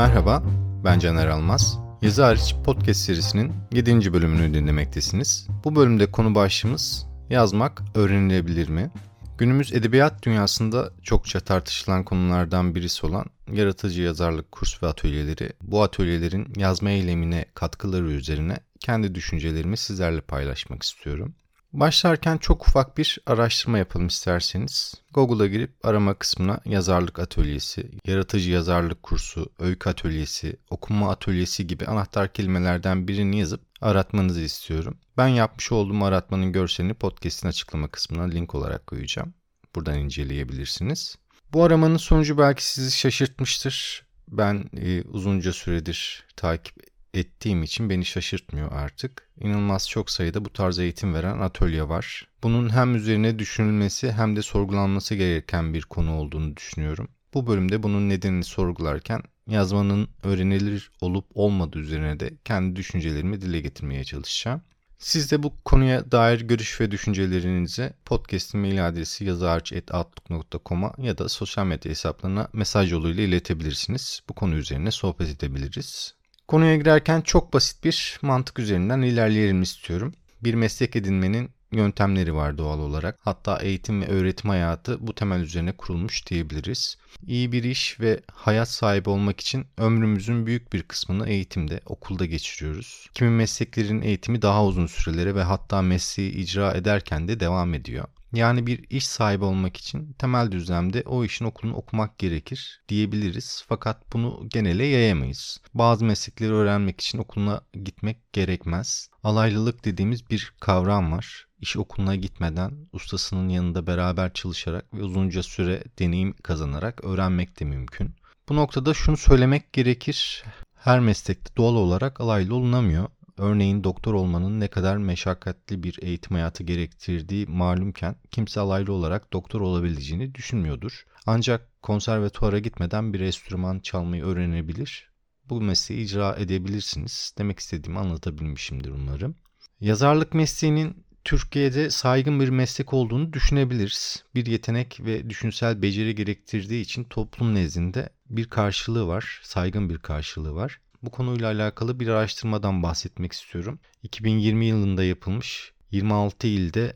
Merhaba, ben Caner Almaz. Yazı Hariç podcast serisinin 7. bölümünü dinlemektesiniz. Bu bölümde konu başlığımız yazmak öğrenilebilir mi? Günümüz edebiyat dünyasında çokça tartışılan konulardan birisi olan yaratıcı yazarlık kurs ve atölyeleri, bu atölyelerin yazma eylemine katkıları üzerine kendi düşüncelerimi sizlerle paylaşmak istiyorum. Başlarken çok ufak bir araştırma yapalım isterseniz. Google'a girip arama kısmına yazarlık atölyesi, yaratıcı yazarlık kursu, öykü atölyesi, okuma atölyesi gibi anahtar kelimelerden birini yazıp aratmanızı istiyorum. Ben yapmış olduğum aratmanın görselini podcast'in açıklama kısmına link olarak koyacağım. Buradan inceleyebilirsiniz. Bu aramanın sonucu belki sizi şaşırtmıştır. Ben uzunca süredir takip ettiğim için beni şaşırtmıyor artık. İnanılmaz çok sayıda bu tarz eğitim veren atölye var. Bunun hem üzerine düşünülmesi hem de sorgulanması gereken bir konu olduğunu düşünüyorum. Bu bölümde bunun nedenini sorgularken yazmanın öğrenilir olup olmadığı üzerine de kendi düşüncelerimi dile getirmeye çalışacağım. Siz de bu konuya dair görüş ve düşüncelerinizi podcast'in mail adresi yazıhariç@outlook.com'a ya da sosyal medya hesaplarına mesaj yoluyla iletebilirsiniz. Bu konu üzerine sohbet edebiliriz. Konuya girerken çok basit bir mantık üzerinden ilerleyelim istiyorum. Bir meslek edinmenin yöntemleri var doğal olarak. Hatta eğitim ve öğretim hayatı bu temel üzerine kurulmuş diyebiliriz. İyi bir iş ve hayat sahibi olmak için ömrümüzün büyük bir kısmını eğitimde, okulda geçiriyoruz. Kimi mesleklerin eğitimi daha uzun sürelere ve hatta mesleği icra ederken de devam ediyor. Yani bir iş sahibi olmak için temel düzlemde o işin okulunu okumak gerekir diyebiliriz. Fakat bunu genele yayamayız. Bazı meslekleri öğrenmek için okuluna gitmek gerekmez. Alaylılık dediğimiz bir kavram var. İş okuluna gitmeden ustasının yanında beraber çalışarak ve uzunca süre deneyim kazanarak öğrenmek de mümkün. Bu noktada şunu söylemek gerekir. Her meslekte doğal olarak alaylı olunamıyor. Örneğin doktor olmanın ne kadar meşakkatli bir eğitim hayatı gerektirdiği malumken kimse alaylı olarak doktor olabileceğini düşünmüyordur. Ancak konservatuvara gitmeden bir enstrüman çalmayı öğrenebilir. Bu mesleği icra edebilirsiniz. Demek istediğimi anlatabilmişimdir umarım. Yazarlık mesleğinin Türkiye'de saygın bir meslek olduğunu düşünebiliriz. Bir yetenek ve düşünsel beceri gerektirdiği için toplum nezdinde bir karşılığı var, saygın bir karşılığı var. Bu konuyla alakalı bir araştırmadan bahsetmek istiyorum. 2020 yılında yapılmış 26 ilde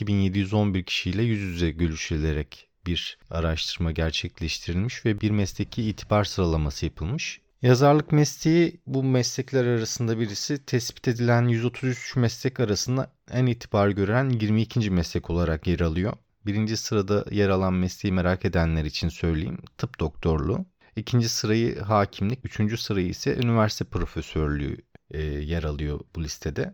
2711 kişiyle yüz yüze görüşülerek bir araştırma gerçekleştirilmiş ve bir mesleki itibar sıralaması yapılmış. Yazarlık mesleği bu meslekler arasında birisi, tespit edilen 133 meslek arasında en itibar gören 22. meslek olarak yer alıyor. Birinci sırada yer alan mesleği merak edenler için söyleyeyim, tıp doktorluğu. İkinci sırayı hakimlik, üçüncü sırayı ise üniversite profesörlüğü yer alıyor bu listede.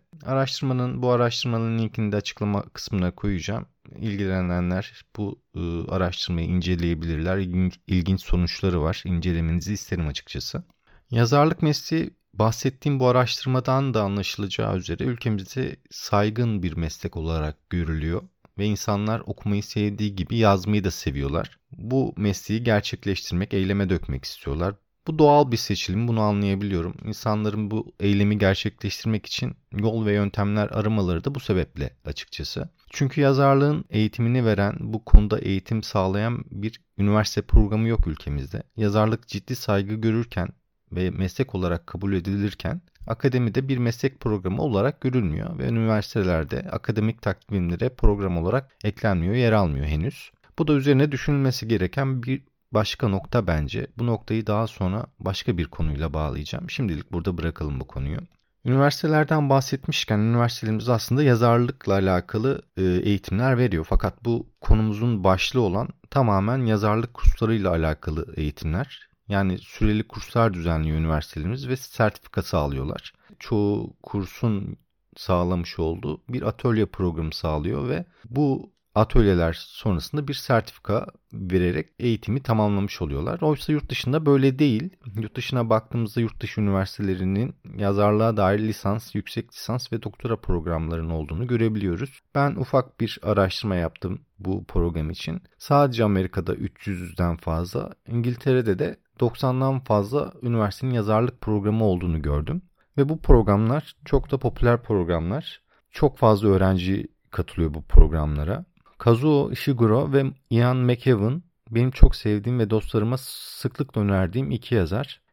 Bu araştırmanın linkini de açıklama kısmına koyacağım. İlgilenenler bu araştırmayı inceleyebilirler. İlginç sonuçları var. İncelemenizi isterim açıkçası. Yazarlık mesleği bahsettiğim bu araştırmadan da anlaşılacağı üzere ülkemizde saygın bir meslek olarak görülüyor. Ve insanlar okumayı sevdiği gibi yazmayı da seviyorlar. Bu mesleği gerçekleştirmek, eyleme dökmek istiyorlar. Bu doğal bir seçilim, bunu anlayabiliyorum. İnsanların bu eylemi gerçekleştirmek için yol ve yöntemler aramaları da bu sebeple açıkçası. Çünkü yazarlığın eğitimini veren, bu konuda eğitim sağlayan bir üniversite programı yok ülkemizde. Yazarlık ciddi saygı görürken ve meslek olarak kabul edilirken akademide bir meslek programı olarak görülmüyor ve üniversitelerde akademik takvimlere program olarak eklenmiyor, yer almıyor henüz. Bu da üzerine düşünülmesi gereken bir başka nokta bence. Bu noktayı daha sonra başka bir konuyla bağlayacağım. Şimdilik burada bırakalım bu konuyu. Üniversitelerden bahsetmişken üniversitelerimiz aslında yazarlıkla alakalı eğitimler veriyor. Fakat bu konumuzun başlığı olan tamamen yazarlık kurslarıyla alakalı eğitimler. Yani süreli kurslar düzenliyor üniversitelerimiz ve sertifika sağlıyorlar. Çoğu kursun sağlamış olduğu bir atölye programı sağlıyor ve bu atölyeler sonrasında bir sertifika vererek eğitimi tamamlamış oluyorlar. Oysa yurt dışında böyle değil. Yurt dışına baktığımızda yurt dışı üniversitelerinin yazarlığa dair lisans, yüksek lisans ve doktora programlarının olduğunu görebiliyoruz. Ben ufak bir araştırma yaptım bu program için. Sadece Amerika'da 300'den fazla, İngiltere'de de 90'dan fazla üniversitenin yazarlık programı olduğunu gördüm. Ve bu programlar çok da popüler programlar. Çok fazla öğrenci katılıyor bu programlara. Kazuo Ishiguro ve Ian McEwan benim çok sevdiğim ve dostlarıma sıklıkla önerdiğim iki yazar.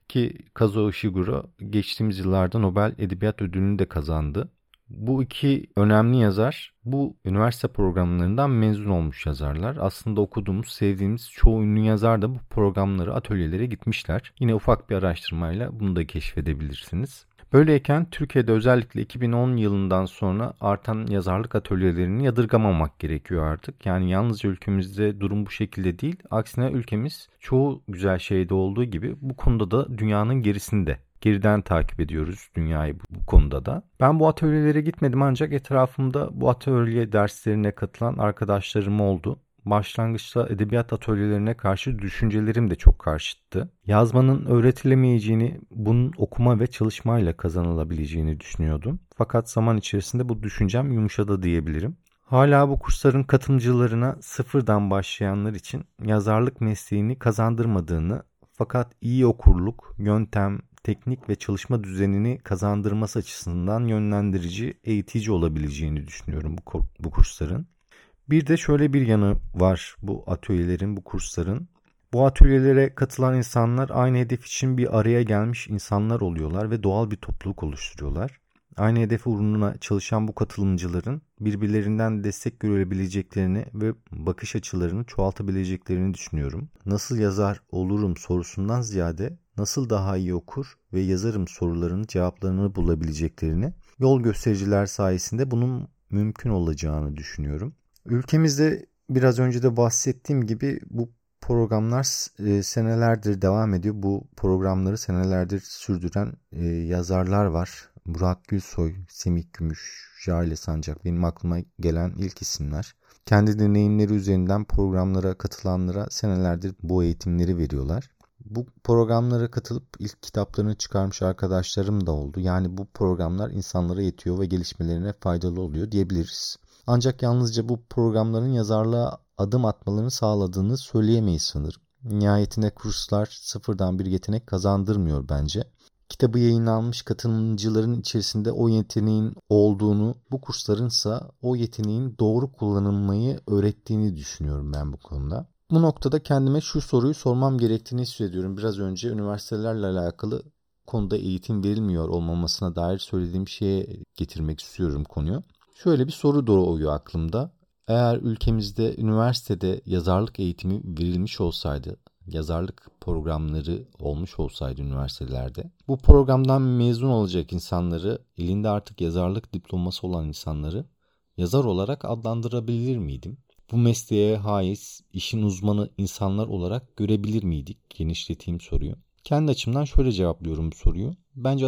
ki Kazuo Ishiguro geçtiğimiz yıllarda Nobel Edebiyat Ödülünü de kazandı. Bu iki önemli yazar bu üniversite programlarından mezun olmuş yazarlar. Aslında okuduğumuz, sevdiğimiz çoğu ünlü yazar da bu programları, atölyelere gitmişler. Yine ufak bir araştırmayla bunu da keşfedebilirsiniz. Böyleyken Türkiye'de özellikle 2010 yılından sonra artan yazarlık atölyelerini yadırgamamak gerekiyor artık. Yani yalnızca ülkemizde durum bu şekilde değil. Aksine ülkemiz çoğu güzel şeyde olduğu gibi bu konuda da dünyanın gerisinde. Geriden takip ediyoruz dünyayı bu konuda da. Ben bu atölyelere gitmedim ancak etrafımda bu atölye derslerine katılan arkadaşlarım oldu. Başlangıçta edebiyat atölyelerine karşı düşüncelerim de çok karşıttı. Yazmanın öğretilemeyeceğini, bunun okuma ve çalışmayla kazanılabileceğini düşünüyordum. Fakat zaman içerisinde bu düşüncem yumuşadı diyebilirim. Hala bu kursların katılımcılarına sıfırdan başlayanlar için yazarlık mesleğini kazandırmadığını, fakat iyi okurluk, yöntem, teknik ve çalışma düzenini kazandırması açısından yönlendirici, eğitici olabileceğini düşünüyorum bu kursların. Bir de şöyle bir yanı var bu atölyelerin, bu kursların. Bu atölyelere katılan insanlar aynı hedef için bir araya gelmiş insanlar oluyorlar ve doğal bir topluluk oluşturuyorlar. Aynı hedef uğruna çalışan bu katılımcıların birbirlerinden destek görebileceklerini ve bakış açılarını çoğaltabileceklerini düşünüyorum. Nasıl yazar olurum sorusundan ziyade nasıl daha iyi okur ve yazarım sorularının cevaplarını bulabileceklerini, yol göstericiler sayesinde bunun mümkün olacağını düşünüyorum. Ülkemizde biraz önce de bahsettiğim gibi bu programlar senelerdir devam ediyor. Bu programları senelerdir sürdüren yazarlar var. Burak Gülsoy, Semih Gümüş, Jale Sancak benim aklıma gelen ilk isimler. Kendi deneyimleri üzerinden programlara katılanlara senelerdir bu eğitimleri veriyorlar. Bu programlara katılıp ilk kitaplarını çıkarmış arkadaşlarım da oldu. Yani bu programlar insanlara yetiyor ve gelişmelerine faydalı oluyor diyebiliriz. Ancak yalnızca bu programların yazarlığa adım atmalarını sağladığını söyleyemeyiz sanırım. Nihayetinde kurslar sıfırdan bir yetenek kazandırmıyor bence. Kitabı yayınlanmış katılımcıların içerisinde o yeteneğin olduğunu, bu kurslarınsa o yeteneğin doğru kullanılmayı öğrettiğini düşünüyorum ben bu konuda. Bu noktada kendime şu soruyu sormam gerektiğini hissediyorum. Biraz önce üniversitelerle alakalı konuda eğitim verilmiyor olmamasına dair söylediğim şeye getirmek istiyorum konuyu. Şöyle bir soru doğuyor aklımda. Eğer ülkemizde üniversitede yazarlık eğitimi verilmiş olsaydı, yazarlık programları olmuş olsaydı üniversitelerde, bu programdan mezun olacak insanları, elinde artık yazarlık diploması olan insanları yazar olarak adlandırabilir miydim? Bu mesleğe haiz, işin uzmanı insanlar olarak görebilir miydik? Genişleteyim soruyu. Kendi açımdan şöyle cevaplıyorum bu soruyu. Bence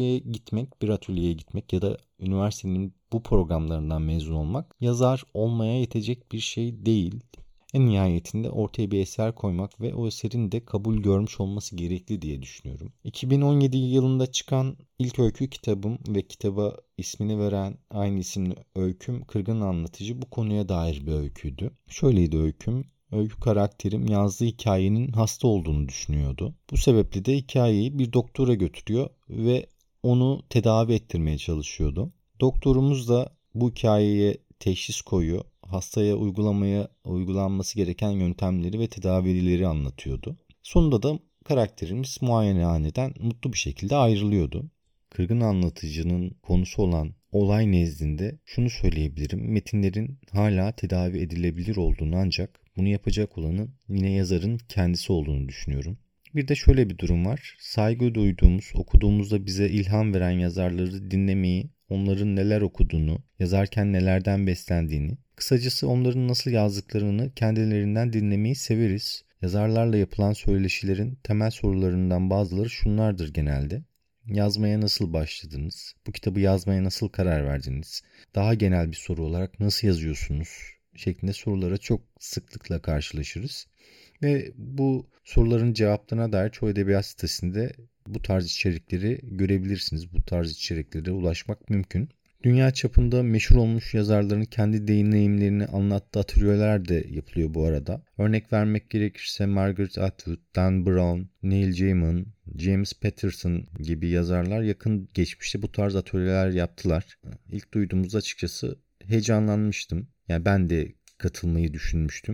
bir atölyeye gitmek ya da üniversitenin bu programlarından mezun olmak yazar olmaya yetecek bir şey değil. En nihayetinde ortaya bir eser koymak ve o eserin de kabul görmüş olması gerekli diye düşünüyorum. 2017 yılında çıkan ilk öykü kitabım ve kitaba ismini veren aynı isimli öyküm Kırgın Anlatıcı bu konuya dair bir öyküydü. Şöyleydi öyküm. Öykü karakterim yazdığı hikayenin hasta olduğunu düşünüyordu. Bu sebeple de hikayeyi bir doktora götürüyor ve onu tedavi ettirmeye çalışıyordu. Doktorumuz da bu hikayeye teşhis koyuyor. Hastaya uygulanması gereken yöntemleri ve tedavileri anlatıyordu. Sonunda da karakterimiz muayenehaneden mutlu bir şekilde ayrılıyordu. Kırgın Anlatıcı'nın konusu olan olay nezdinde şunu söyleyebilirim. Metinlerin hala tedavi edilebilir olduğunu ancak bunu yapacak olanın yine yazarın kendisi olduğunu düşünüyorum. Bir de şöyle bir durum var. Saygı duyduğumuz, okuduğumuzda bize ilham veren yazarları dinlemeyi, onların neler okuduğunu, yazarken nelerden beslendiğini, kısacası onların nasıl yazdıklarını kendilerinden dinlemeyi severiz. Yazarlarla yapılan söyleşilerin temel sorularından bazıları şunlardır genelde. Yazmaya nasıl başladınız? Bu kitabı yazmaya nasıl karar verdiniz? Daha genel bir soru olarak nasıl yazıyorsunuz? Şeklinde sorulara çok sıklıkla karşılaşırız. Ve bu soruların cevaplarına dair çoğu edebiyat sitesinde bu tarz içerikleri görebilirsiniz. Bu tarz içeriklere ulaşmak mümkün. Dünya çapında meşhur olmuş yazarların kendi deneyimlerini anlattığı atölyeler de yapılıyor bu arada. Örnek vermek gerekirse Margaret Atwood, Dan Brown, Neil Gaiman, James Patterson gibi yazarlar yakın geçmişte bu tarz atölyeler yaptılar. İlk duyduğumuzda açıkçası heyecanlanmıştım. Yani ben de katılmayı düşünmüştüm.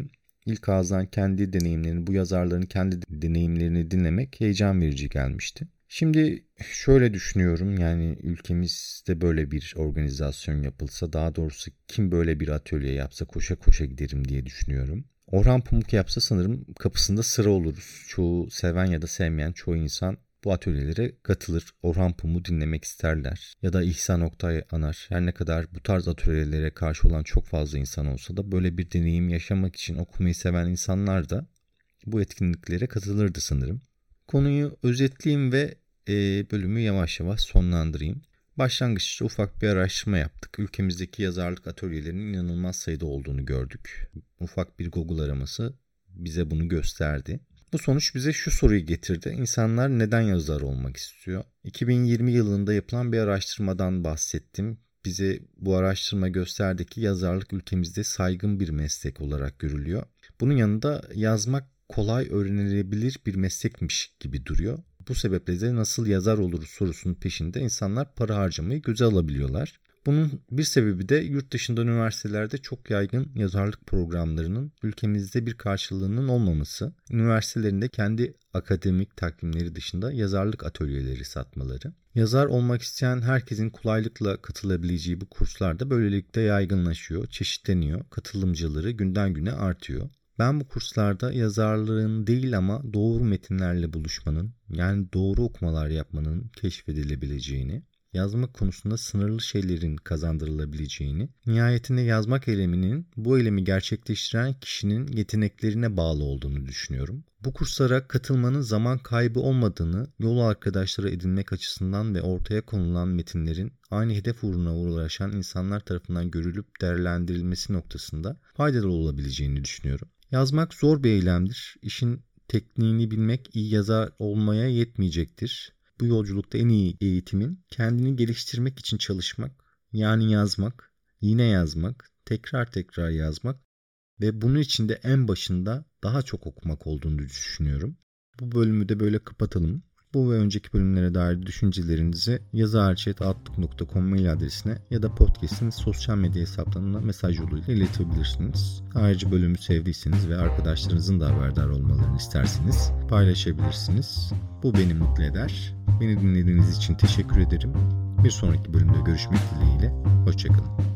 İlk ağızdan kendi deneyimlerini, bu yazarların kendi deneyimlerini dinlemek heyecan verici gelmişti. Şimdi şöyle düşünüyorum, yani ülkemizde böyle bir organizasyon yapılsa, daha doğrusu kim böyle bir atölye yapsa koşa koşa giderim diye düşünüyorum. Orhan Pamuk yapsa sanırım kapısında sıra oluruz. Çoğu seven ya da sevmeyen çoğu insan bu atölyelere katılır. Orhan Pamuk'u dinlemek isterler. Ya da İhsan Oktay Anar. Her ne kadar bu tarz atölyelere karşı olan çok fazla insan olsa da böyle bir deneyim yaşamak için okumayı seven insanlar da bu etkinliklere katılırdı sanırım. Konuyu özetleyeyim ve bölümü yavaş yavaş sonlandırayım. Başlangıçta ufak bir araştırma yaptık. Ülkemizdeki yazarlık atölyelerinin inanılmaz sayıda olduğunu gördük. Ufak bir Google araması bize bunu gösterdi. Bu sonuç bize şu soruyu getirdi. İnsanlar neden yazar olmak istiyor? 2020 yılında yapılan bir araştırmadan bahsettim. Bize bu araştırma gösterdi ki yazarlık ülkemizde saygın bir meslek olarak görülüyor. Bunun yanında yazmak kolay öğrenilebilir bir meslekmiş gibi duruyor. Bu sebeple de nasıl yazar oluruz sorusunun peşinde insanlar para harcamayı göze alabiliyorlar. Bunun bir sebebi de yurt dışında üniversitelerde çok yaygın yazarlık programlarının ülkemizde bir karşılığının olmaması. Üniversitelerinde kendi akademik takvimleri dışında yazarlık atölyeleri satmaları. Yazar olmak isteyen herkesin kolaylıkla katılabileceği bu kurslar da böylelikle yaygınlaşıyor, çeşitleniyor, katılımcıları günden güne artıyor. Ben bu kurslarda yazarlığın değil ama doğru metinlerle buluşmanın, yani doğru okumalar yapmanın keşfedilebileceğini, yazmak konusunda sınırlı şeylerin kazandırılabileceğini, nihayetinde yazmak eyleminin bu eylemi gerçekleştiren kişinin yeteneklerine bağlı olduğunu düşünüyorum. Bu kurslara katılmanın zaman kaybı olmadığını, yol arkadaşları edinmek açısından ve ortaya konulan metinlerin aynı hedef uğruna uğraşan insanlar tarafından görülüp değerlendirilmesi noktasında faydalı olabileceğini düşünüyorum. Yazmak zor bir eylemdir. İşin tekniğini bilmek iyi yazar olmaya yetmeyecektir. Bu yolculukta en iyi eğitimin kendini geliştirmek için çalışmak, yani yazmak, yine yazmak, tekrar tekrar yazmak ve bunun için de en başında daha çok okumak olduğunu düşünüyorum. Bu bölümü de böyle kapatalım. Bu ve önceki bölümlere dair düşüncelerinizi yazıharchet@outlook.com mail adresine ya da podcast'in sosyal medya hesaplarına mesaj yoluyla iletebilirsiniz. Ayrıca bölümü sevdiyseniz ve arkadaşlarınızın da haberdar olmalarını isterseniz paylaşabilirsiniz. Bu beni mutlu eder. Beni dinlediğiniz için teşekkür ederim. Bir sonraki bölümde görüşmek dileğiyle. Hoşçakalın.